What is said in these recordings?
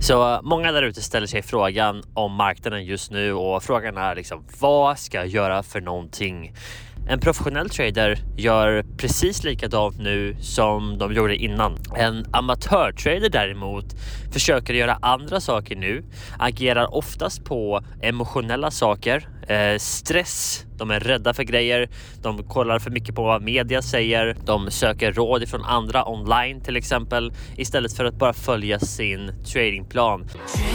Så många där ute ställer sig frågan om marknaden just nu, och frågan är liksom, vad ska jag göra för någonting? En professionell trader gör precis likadant nu som de gjorde innan. En amatörtrader däremot försöker göra andra saker nu, agerar oftast på emotionella saker, stress, de är rädda för grejer, de kollar för mycket på vad media säger, de söker råd från andra online till exempel, istället för att bara följa sin tradingplan.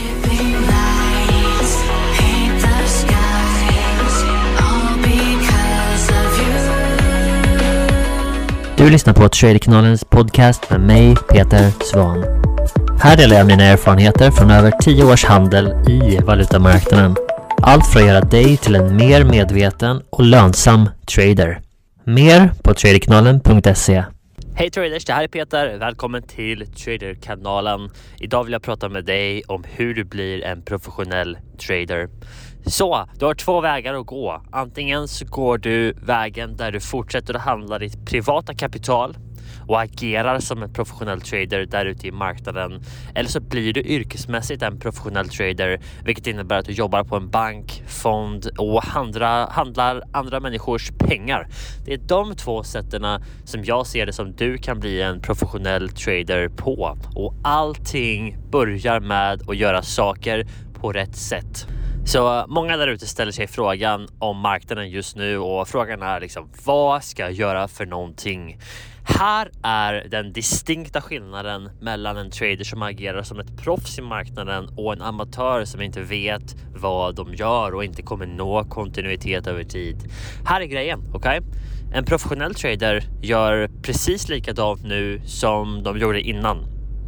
Du lyssnar på Traderkanalens podcast med mig, Peter Svan. Här delar jag mina erfarenheter från över 10 års handel i valutamarknaden. Allt för att göra dig till en mer medveten och lönsam trader. Mer på traderkanalen.se. Hej traders, det här är Peter. Välkommen till Traderkanalen. Idag vill jag prata med dig om hur du blir en professionell trader. Så, du har 2 vägar att gå. Antingen så går du vägen där du fortsätter att handla ditt privata kapital och agerar som en professionell trader där ute i marknaden. Eller så blir du yrkesmässigt en professionell trader, vilket innebär att du jobbar på en bank, fond och handlar andra människors pengar. Det är de 2 sätten som jag ser det som du kan bli en professionell trader på. Och allting börjar med att göra saker på rätt sätt. Så många där ute ställer sig frågan om marknaden just nu, och frågan är liksom, vad ska jag göra för någonting? Här är den distinkta skillnaden mellan en trader som agerar som ett proffs i marknaden och en amatör som inte vet vad de gör och inte kommer nå kontinuitet över tid. Här är grejen, okej? En professionell trader gör precis likadant nu som de gjorde innan.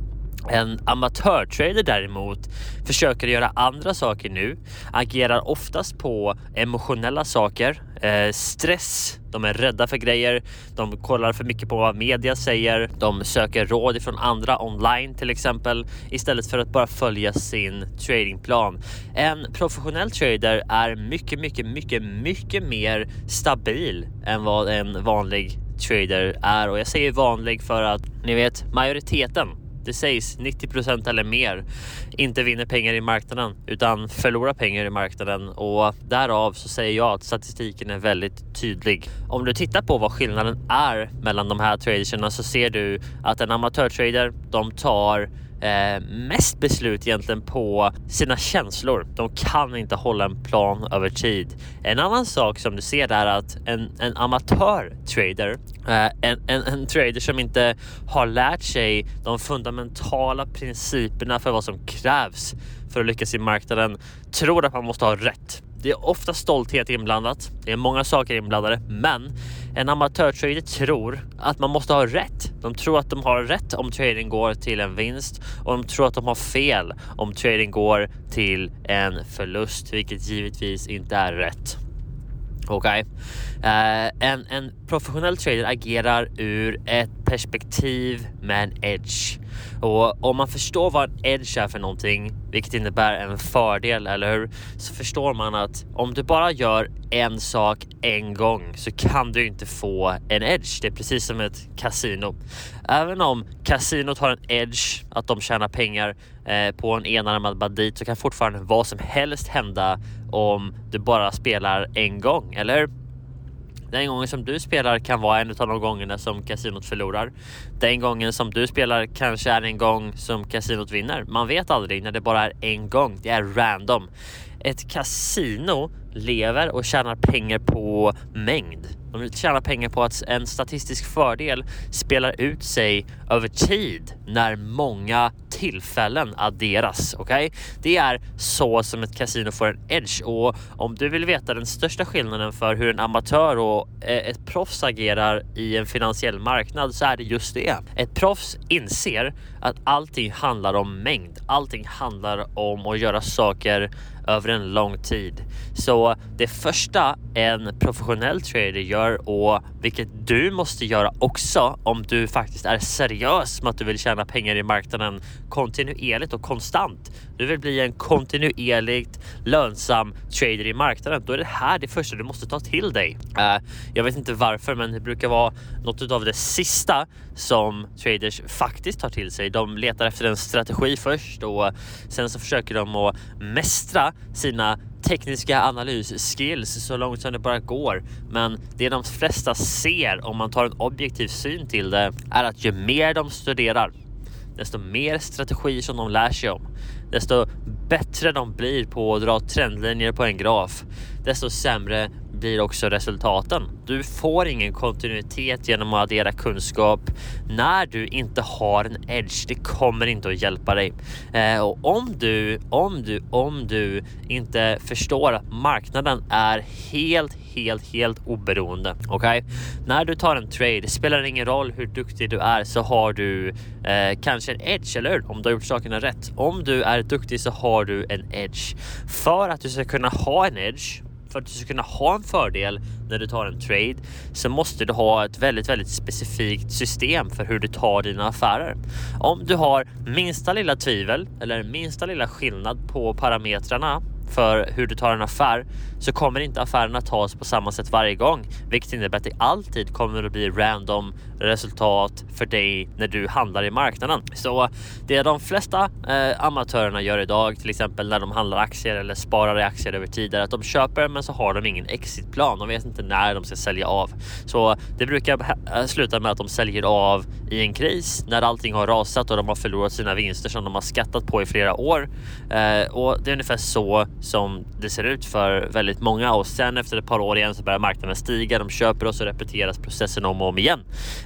En amatörtrader däremot försöker göra andra saker nu, agerar oftast på emotionella saker, stress, de är rädda för grejer, de kollar för mycket på vad media säger, de söker råd från andra online till exempel, istället för att bara följa sin tradingplan. En professionell trader är mycket mer stabil än vad en vanlig trader är, och jag säger vanlig för att ni vet, majoriteten, det sägs 90% eller mer, inte vinner pengar i marknaden utan förlorar pengar i marknaden, och därav så säger jag att statistiken är väldigt tydlig. Om du tittar på vad skillnaden är mellan de här traderserna så ser du att en amatörtrader, de tar mest beslut egentligen på sina känslor. De kan inte hålla en plan över tid. En annan sak som du ser är att en amatörtrader, en trader som inte har lärt sig de fundamentala principerna för vad som krävs för att lyckas i marknaden, tror att man måste ha rätt. Det är ofta stolthet inblandat. Det är många saker inblandade, men en amatörtrader tror att man måste ha rätt. De tror att de har rätt om trading går till en vinst, och de tror att de har fel om trading går till en förlust, vilket givetvis inte är rätt. Okej. En professionell trader agerar ur ett perspektiv med en edge. Och om man förstår vad en edge är för någonting, vilket innebär en fördel, eller hur? Så förstår man att om du bara gör en sak en gång så kan du inte få en edge. Det är precis som ett kasino. Även om kasinot har en edge, att de tjänar pengar på en enarmad bandit, så kan fortfarande vad som helst hända om du bara spelar en gång, eller hur? Den gången som du spelar kan vara en av de gångerna som kasinot förlorar. Den gången som du spelar kanske är en gång som kasinot vinner. Man vet aldrig när det bara är en gång. Det är random. Ett kasino lever och tjänar pengar på mängd. De tjänar pengar på att en statistisk fördel spelar ut sig över tid när många tillfällen adderas. Okay? Det är så som ett kasino får en edge. Och om du vill veta den största skillnaden för hur en amatör och ett proffs agerar i en finansiell marknad, så är det just det. Ett proffs inser att allting handlar om mängd. Allting handlar om att göra saker över en lång tid. Så det första en professionell trader gör gör och vilket du måste göra också om du faktiskt är seriös med att du vill tjäna pengar i marknaden kontinuerligt och konstant. Du vill bli en kontinuerligt lönsam trader i marknaden. Då är det här det första du måste ta till dig. Jag vet inte varför, men det brukar vara något av det sista som traders faktiskt tar till sig. De letar efter en strategi först och sen så försöker de att mästra sina tekniska analysskills så långt som det bara går. Men det de flesta ser om man tar en objektiv syn till det är att ju mer de studerar, desto mer strategier som de lär sig om, desto bättre de blir på att dra trendlinjer på en graf, desto sämre blir också resultaten. Du får ingen kontinuitet genom att addera kunskap när du inte har en edge. Det kommer inte att hjälpa dig. Och om du inte förstår att marknaden är helt oberoende. Okej? När du tar en trade, det spelar ingen roll hur duktig du är, så har du kanske en edge, eller hur? Om du har gjort sakerna rätt. Om du är duktig så har du en edge. För att du ska kunna ha en edge, för att du ska kunna ha en fördel när du tar en trade, så måste du ha ett väldigt specifikt system för hur du tar dina affärer. Om du har minsta lilla tvivel eller minsta lilla skillnad på parametrarna för hur du tar en affär, så kommer inte affärerna tas på samma sätt varje gång, vilket innebär att det alltid kommer att bli random resultat för dig när du handlar i marknaden. Så det de flesta amatörerna gör idag, till exempel när de handlar aktier eller sparar i aktier över tid, är att de köper men så har de ingen exitplan. De vet inte när de ska sälja av. Så det brukar sluta med att de säljer av i en kris när allting har rasat och de har förlorat sina vinster som de har skattat på i flera år. Och det är ungefär så som det ser ut för väldigt många, och sen efter ett par år igen så börjar marknaden stiga, de köper och så repeteras processen om och om igen.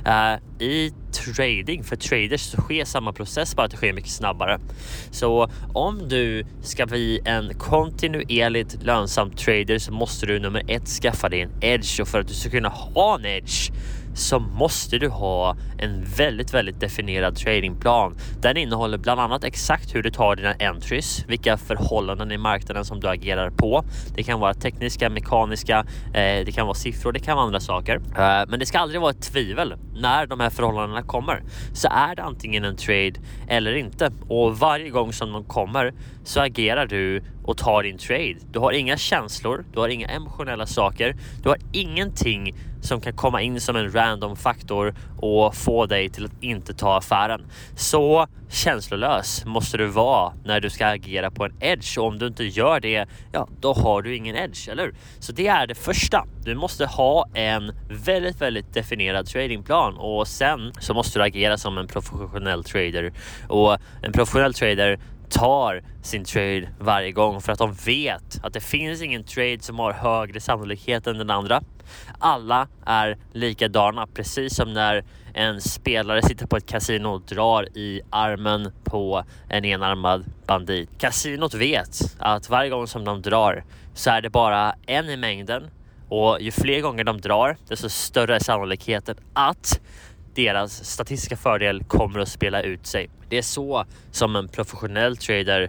I trading för traders så sker samma process, bara att det sker mycket snabbare. Så om du ska bli en kontinuerligt lönsam trader så måste du nummer 1 skaffa dig en edge, och för att du ska kunna ha en edge så måste du ha en väldigt definierad tradingplan. Den innehåller bland annat exakt hur du tar dina entries, vilka förhållanden i marknaden som du agerar på. Det kan vara tekniska, mekaniska, det kan vara siffror, det kan vara andra saker. Men det ska aldrig vara ett tvivel. När de här förhållandena kommer så är det antingen en trade eller inte. Och varje gång som de kommer så agerar du och tar din trade. Du har inga känslor, du har inga emotionella saker, du har ingenting som kan komma in som en random faktor och få dig till att inte ta affären. Så känslolös måste du vara när du ska agera på en edge, och om du inte gör det, ja, då har du ingen edge, eller hur? Så det är det första. Du måste ha en väldigt definierad tradingplan, och sen så måste du agera som en professionell trader. Och en professionell trader tar sin trade varje gång för att de vet att det finns ingen trade som har högre sannolikhet än den andra. Alla är likadana, precis som när en spelare sitter på ett kasino och drar i armen på en enarmad bandit. Kasinot vet att varje gång som de drar så är det bara en i mängden, och ju fler gånger de drar desto större är sannolikheten att deras statistiska fördel kommer att spela ut sig. Det är så som en professionell trader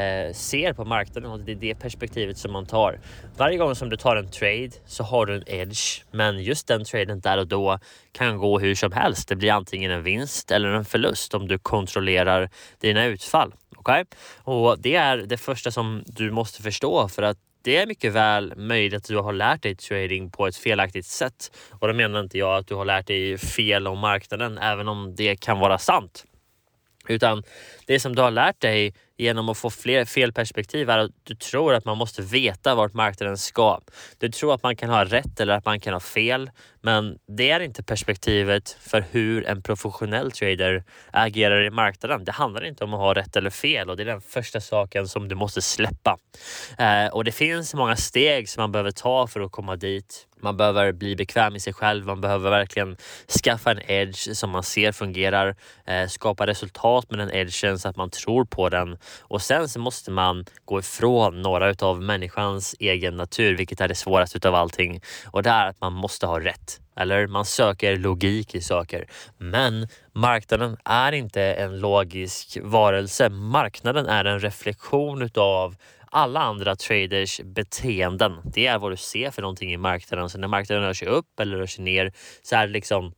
ser på marknaden, och det är det perspektivet som man tar. Varje gång som du tar en trade så har du en edge, men just den traden där och då kan gå hur som helst. Det blir antingen en vinst eller en förlust om du kontrollerar dina utfall. Okay? Och det är det första som du måste förstå, för att det är mycket väl möjligt att du har lärt dig trading på ett felaktigt sätt. Och då menar inte jag att du har lärt dig fel om marknaden, även om det kan vara sant. Utan det som du har lärt dig genom att få fler felperspektiv är att du tror att man måste veta vart marknaden ska. Du tror att man kan ha rätt eller att man kan ha fel. Men det är inte perspektivet för hur en professionell trader agerar i marknaden. Det handlar inte om att ha rätt eller fel, och det är den första saken som du måste släppa. Och det finns många steg som man behöver ta för att komma dit. Man behöver bli bekväm i sig själv. Man behöver verkligen skaffa en edge som man ser fungerar. Skapa resultat med den edgen så att man tror på den. Och sen så måste man gå ifrån några utav människans egen natur, vilket är det svåraste utav allting. Och det är att man måste ha rätt. Eller man söker logik i saker. Men marknaden är inte en logisk varelse. Marknaden är en reflektion utav alla andra traders beteenden. Det är vad du ser för någonting i marknaden. Så när marknaden rör sig upp eller rör sig ner så är det liksom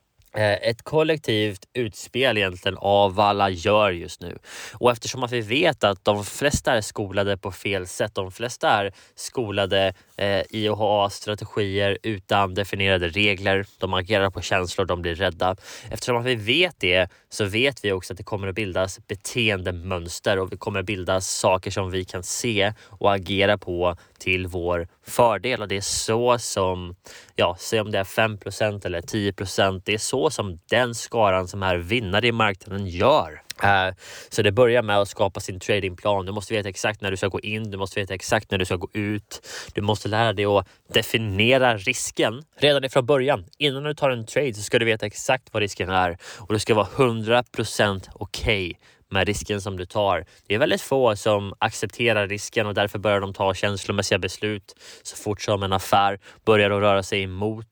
ett kollektivt utspel egentligen av vad alla gör just nu. Och eftersom att vi vet att de flesta är skolade på fel sätt, de flesta är skolade i att ha strategier utan definierade regler, de agerar på känslor, de blir rädda. Eftersom att vi vet det så vet vi också att det kommer att bildas beteendemönster och vi kommer att bildas saker som vi kan se och agera på till vår fördel. Och det är så som, se om det är 5% eller 10%, det är så som den skaran som är vinnare i marknaden gör. Så det börjar med att skapa sin tradingplan. Du måste veta exakt när du ska gå in, du måste veta exakt när du ska gå ut. Du måste lära dig att definiera risken redan ifrån början. Innan du tar en trade så ska du veta exakt vad risken är och du ska vara 100% okej med risken som du tar. Det är väldigt få som accepterar risken och därför börjar de ta känslomässiga beslut så fort som en affär börjar att röra sig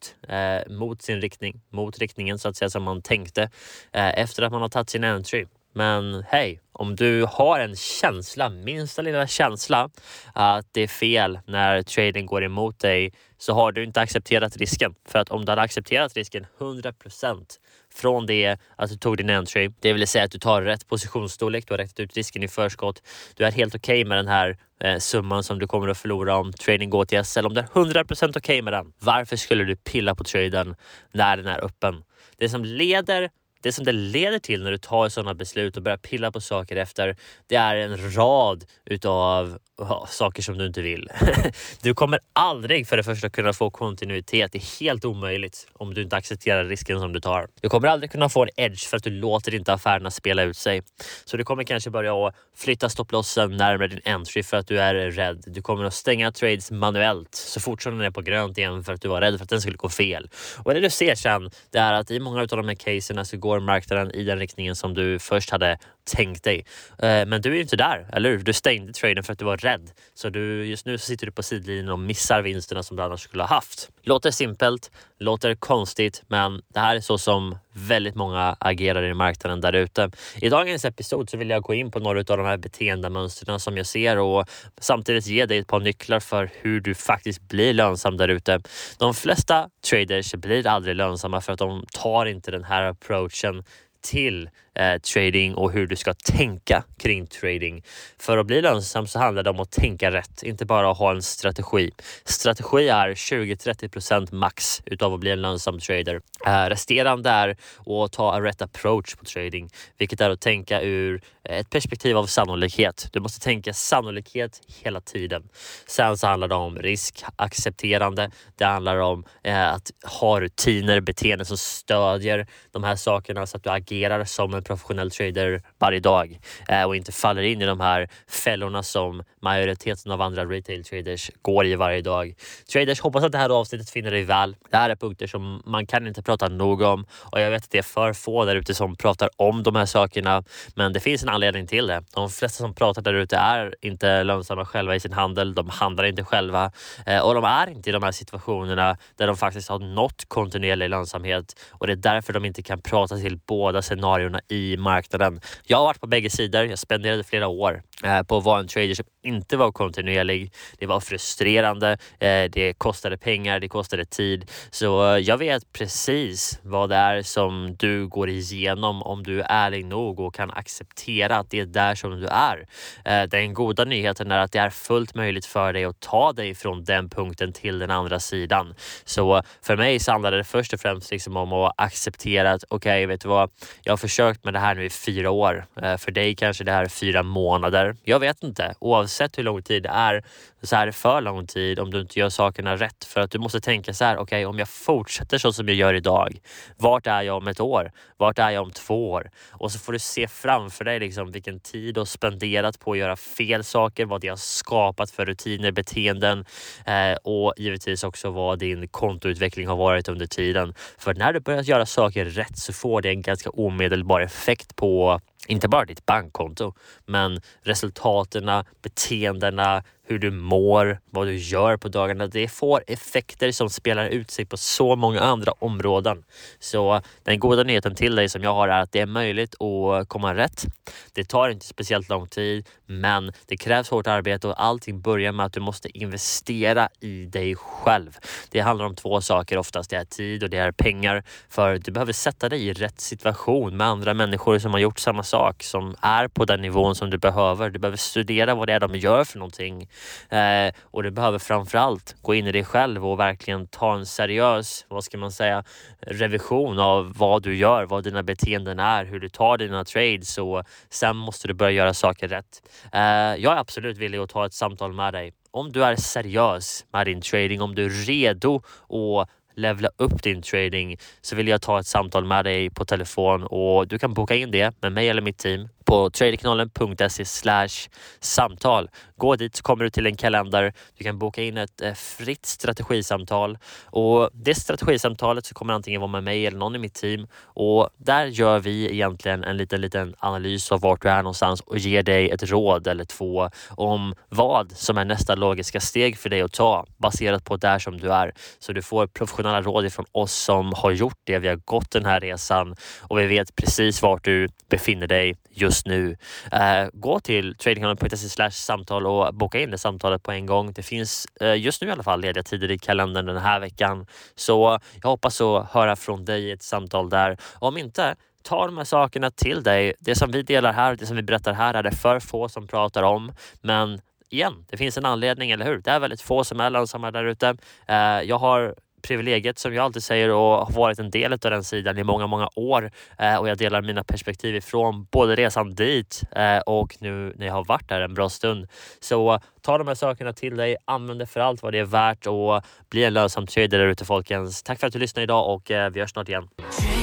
mot sin riktning, mot riktningen så att säga som man tänkte efter att man har tagit sin entry. Men hej, om du har en känsla, minsta lilla känsla att det är fel när traden går emot dig så har du inte accepterat risken. För att om du hade accepterat risken 100% från det att du tog din entry, det vill säga att du tar rätt positionsstorlek, du har räknat ut risken i förskott, du är helt okej med den här summan som du kommer att förlora om trading går till SL, om du är 100% okej med den, varför skulle du pilla på traden när den är öppen? Det som det leder till när du tar sådana beslut och börjar pilla på saker efter, det är en rad utav saker som du inte vill. Du kommer aldrig för det första kunna få kontinuitet. Det är helt omöjligt om du inte accepterar risken som du tar. Du kommer aldrig kunna få en edge för att du låter inte affärerna spela ut sig. Så du kommer kanske börja att flytta stopplossen närmare din entry för att du är rädd. Du kommer att stänga trades manuellt så fort som den är på grönt igen för att du var rädd för att den skulle gå fel. Och det du ser sen, det är att i många av de här caserna så går marknaden i den riktningen som du först hade tänkt dig. Men du är ju inte där, eller hur? Du stängde traden för att du var rädd. Så just nu så sitter du på sidlinjen och missar vinsterna som du annars skulle ha haft. Låter simpelt, låter konstigt, men det här är så som väldigt många agerar i marknaden där ute. I dagens episod så vill jag gå in på några av de här beteendemönsterna som jag ser och samtidigt ge dig ett par nycklar för hur du faktiskt blir lönsam där ute. De flesta traders blir aldrig lönsamma för att de tar inte den här approachen till trading och hur du ska tänka kring trading. För att bli lönsam så handlar det om att tänka rätt, inte bara att ha en strategi. Strategi är 20-30% max utav att bli en lönsam trader. Resterande är att ta en rätt approach på trading, vilket är att tänka ur ett perspektiv av sannolikhet. Du måste tänka sannolikhet hela tiden. Sen så handlar det om riskaccepterande. Det handlar om att ha rutiner, beteenden som stödjer de här sakerna så att du agerar som en professionell trader varje dag och inte faller in i de här fällorna som majoriteten av andra retail traders går i varje dag. Traders, hoppas att det här avsnittet finner dig väl. Det här är punkter som man kan inte prata nog om och jag vet att det är för få där ute som pratar om de här sakerna, men det finns en anledning till det. De flesta som pratar där ute är inte lönsamma själva i sin handel, de handlar inte själva och de är inte i de här situationerna där de faktiskt har nått kontinuerlig lönsamhet och det är därför de inte kan prata till båda scenarierna i marknaden. Jag har varit på bägge sidor, jag spenderade flera år på att vara en trader som inte var kontinuerlig. Det var frustrerande, det kostade pengar, det kostade tid. Så jag vet precis vad det är som du går igenom om du är ärlig nog och kan acceptera att det är där som du är. Den goda nyheten är att det är fullt möjligt för dig att ta dig från den punkten till den andra sidan. Så för mig så handlar det först och främst liksom om att acceptera att okej, vet du vad, jag har försökt med det här nu i 4 år. För dig kanske det här är 4 månader. Jag vet inte. Oavsett hur lång tid det är så är det för lång tid om du inte gör sakerna rätt. För att du måste tänka så här, okej, om jag fortsätter så som jag gör idag, vart är jag om 1 år? Vart är jag om 2 år? Och så får du se framför dig liksom vilken tid du har spenderat på att göra fel saker, vad det har skapat för rutiner, beteenden och givetvis också vad din kontoutveckling har varit under tiden. För när du börjar göra saker rätt så får det en ganska omedelbar effekt på Inte bara ditt bankkonto, men resultaten, beteendena, hur du mår, vad du gör på dagarna. Det får effekter som spelar ut sig på så många andra områden. Så den goda nyheten till dig som jag har är att det är möjligt att komma rätt. Det tar inte speciellt lång tid, men det krävs hårt arbete och allting börjar med att du måste investera i dig själv. Det handlar om 2 saker oftast. Det är tid och det är pengar. För du behöver sätta dig i rätt situation med andra människor som har gjort samma sak, som är på den nivån som du behöver. Du behöver studera vad det är de gör för någonting. Och du behöver framförallt gå in i dig själv och verkligen ta en seriös, revision av vad du gör, vad dina beteenden är, hur du tar dina trades, och sen måste du börja göra saker rätt. Jag är absolut villig att ta ett samtal med dig. Om du är seriös med din trading, om du är redo att levla upp din trading, så vill jag ta ett samtal med dig på telefon, och du kan boka in det med mig eller mitt team på traderkanalen.se/samtal. Gå dit så kommer du till en kalender. Du kan boka in ett fritt strategisamtal, och det strategisamtalet så kommer antingen vara med mig eller någon i mitt team, och där gör vi egentligen en liten analys av vart du är någonstans och ger dig ett råd eller 2 om vad som är nästa logiska steg för dig att ta baserat på där som du är. Så du får professionella råd från oss som har gjort det. Vi har gått den här resan och vi vet precis vart du befinner dig just nu. Gå till traderkanalen.se/samtal och boka in det samtalet på en gång. Det finns just nu i alla fall lediga tider i kalendern den här veckan. Så jag hoppas att höra från dig i ett samtal där. Om inte, ta de här sakerna till dig. Det som vi delar här, det som vi berättar här, är det för få som pratar om. Men igen, det finns en anledning, eller hur? Det är väldigt få som är lönsamma där ute. Jag har privilegiet, som jag alltid säger, och har varit en del av den sidan i många år, och jag delar mina perspektiv ifrån både resan dit och nu när jag har varit där en bra stund. Så ta de här sakerna till dig, använd det för allt vad det är värt, och bli en lönsam trader där ute, folkens. Tack för att du lyssnade idag, och vi hörs snart igen.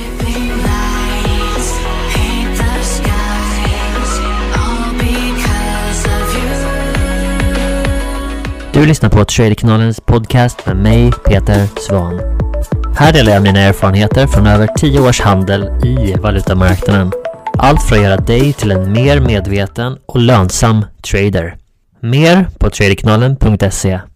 Du lyssnar på Traderkanalens podcast med mig, Peter Svan. Här delar jag mina erfarenheter från över 10 års handel i valutamarknaden. Allt för att göra dig till en mer medveten och lönsam trader. Mer på traderkanalen.se.